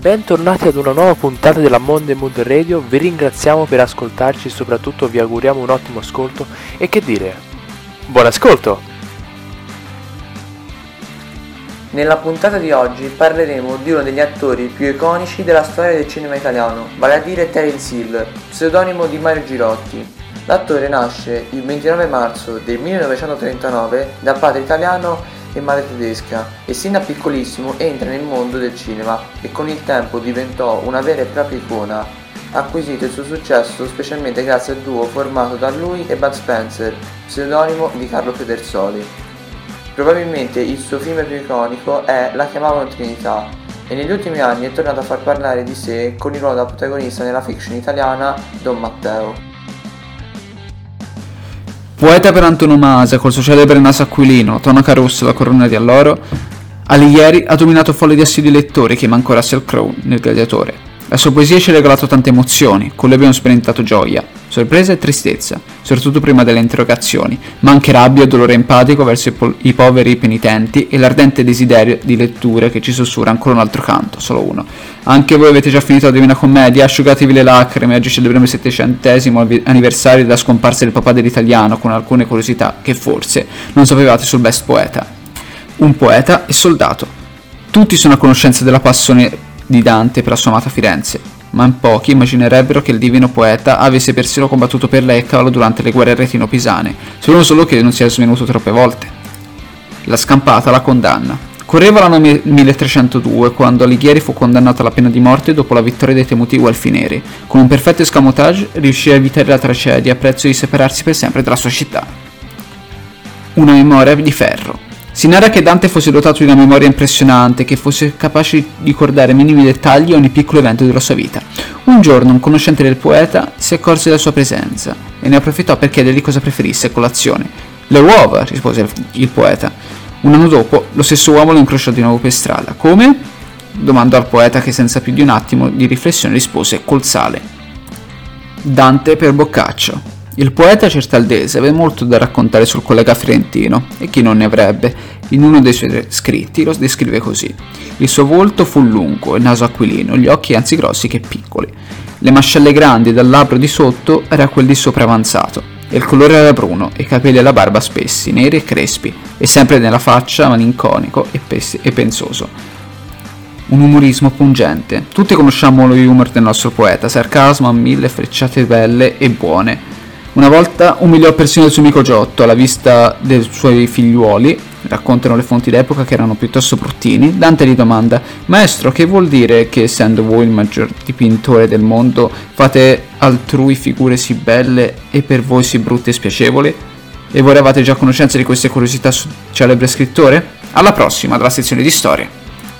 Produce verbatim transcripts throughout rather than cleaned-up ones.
Bentornati ad una nuova puntata della Monday Mood Radio, vi ringraziamo per ascoltarci e soprattutto vi auguriamo un ottimo ascolto e che dire, buon ascolto! Nella puntata di oggi parleremo di uno degli attori più iconici della storia del cinema italiano, vale a dire Terence Hill, pseudonimo di Mario Girotti. L'attore nasce il ventinove marzo del millenovecentotrentanove da padre italiano e madre tedesca e sin da piccolissimo entra nel mondo del cinema e con il tempo diventò una vera e propria icona. Ha acquisito il suo successo specialmente grazie al duo formato da lui e Bud Spencer, pseudonimo di Carlo Pedersoli. Probabilmente il suo film più iconico è La chiamavano Trinità e negli ultimi anni è tornato a far parlare di sé con il ruolo da protagonista nella fiction italiana Don Matteo. Poeta per antonomasia, col suo celebre naso aquilino, tonaca rossa e la corona di alloro, Alighieri ha dominato folle di assidui lettori che manco Russell Crowe nel Gladiatore. La sua poesia ci ha regalato tante emozioni, con lui abbiamo sperimentato gioia, sorpresa e tristezza, soprattutto prima delle interrogazioni, ma anche rabbia e dolore empatico verso i, po- i poveri penitenti e l'ardente desiderio di lettura che ci sussurra ancora un altro canto, solo uno. Anche voi avete già finito la Divina Commedia, asciugatevi le lacrime, oggi celebriamo il settecentesimo anniversario della scomparsa del papà dell'italiano con alcune curiosità che forse non sapevate sul best poeta. Un poeta e soldato. Tutti sono a conoscenza della passione di Dante per la sua amata Firenze, ma in pochi immaginerebbero che il divino poeta avesse persino combattuto per lei a cavallo durante le guerre retino-pisane, solo solo che non sia svenuto troppe volte. La scampata la condanna. Correva l'anno milletrecentodue quando Alighieri fu condannato alla pena di morte dopo la vittoria dei temuti Guelfi Neri. Con un perfetto escamotage riuscì a evitare la tragedia a prezzo di separarsi per sempre dalla sua città. Una memoria di ferro. Si narra che Dante fosse dotato di una memoria impressionante, che fosse capace di ricordare minimi dettagli ogni piccolo evento della sua vita. Un giorno un conoscente del poeta si accorse della sua presenza e ne approfittò per chiedergli cosa preferisse a colazione. Le uova, rispose il poeta. Un anno dopo lo stesso uomo lo incrociò di nuovo per strada. Come? Domandò al poeta che senza più di un attimo di riflessione rispose col sale. Dante per Boccaccio. Il poeta certaldese aveva molto da raccontare sul collega fiorentino, e chi non ne avrebbe. In uno dei suoi scritti lo descrive così. Il suo volto fu lungo, il naso aquilino, gli occhi anzi grossi che piccoli. Le mascelle grandi e dal labbro di sotto era quel di sopra avanzato, e il colore era bruno, e i capelli e la barba spessi, neri e crespi, e sempre nella faccia malinconico e, pes- e pensoso. Un umorismo pungente. Tutti conosciamo lo humor del nostro poeta, sarcasmo a mille, frecciate belle e buone. Una volta umiliò persino il suo amico Giotto alla vista dei suoi figliuoli, raccontano le fonti d'epoca che erano piuttosto bruttini. Dante gli domanda: maestro, che vuol dire che essendo voi il maggior dipintore del mondo fate altrui figure sì belle e per voi sì brutte e spiacevoli? E voi eravate già a conoscenza di queste curiosità sul celebre scrittore? Alla prossima, dalla sezione di storia.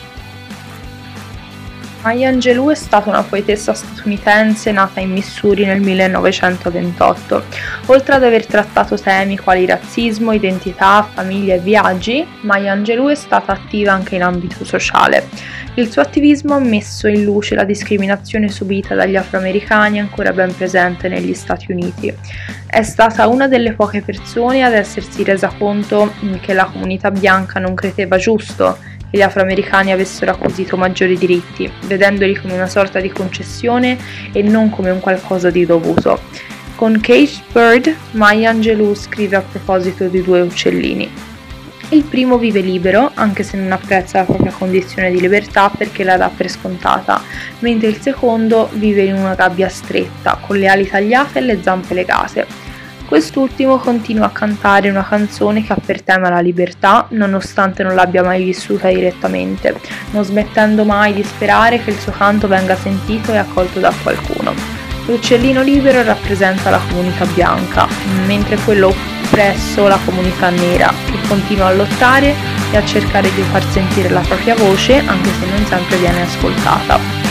Maya Angelou è stata una poetessa statunitense nata in Missouri nel millenovecentoventotto. Oltre ad aver trattato temi quali razzismo, identità, famiglia e viaggi, Maya Angelou è stata attiva anche in ambito sociale. Il suo attivismo ha messo in luce la discriminazione subita dagli afroamericani ancora ben presente negli Stati Uniti. È stata una delle poche persone ad essersi resa conto che la comunità bianca non credeva giusto che gli afroamericani avessero acquisito maggiori diritti, vedendoli come una sorta di concessione e non come un qualcosa di dovuto. Con Caged Bird, Maya Angelou scrive a proposito di due uccellini. Il primo vive libero, anche se non apprezza la propria condizione di libertà perché la dà per scontata, mentre il secondo vive in una gabbia stretta, con le ali tagliate e le zampe legate. Quest'ultimo continua a cantare una canzone che ha per tema la libertà, nonostante non l'abbia mai vissuta direttamente, non smettendo mai di sperare che il suo canto venga sentito e accolto da qualcuno. L'uccellino libero rappresenta la comunità bianca, mentre quello oppresso la comunità nera, che continua a lottare e a cercare di far sentire la propria voce, anche se non sempre viene ascoltata.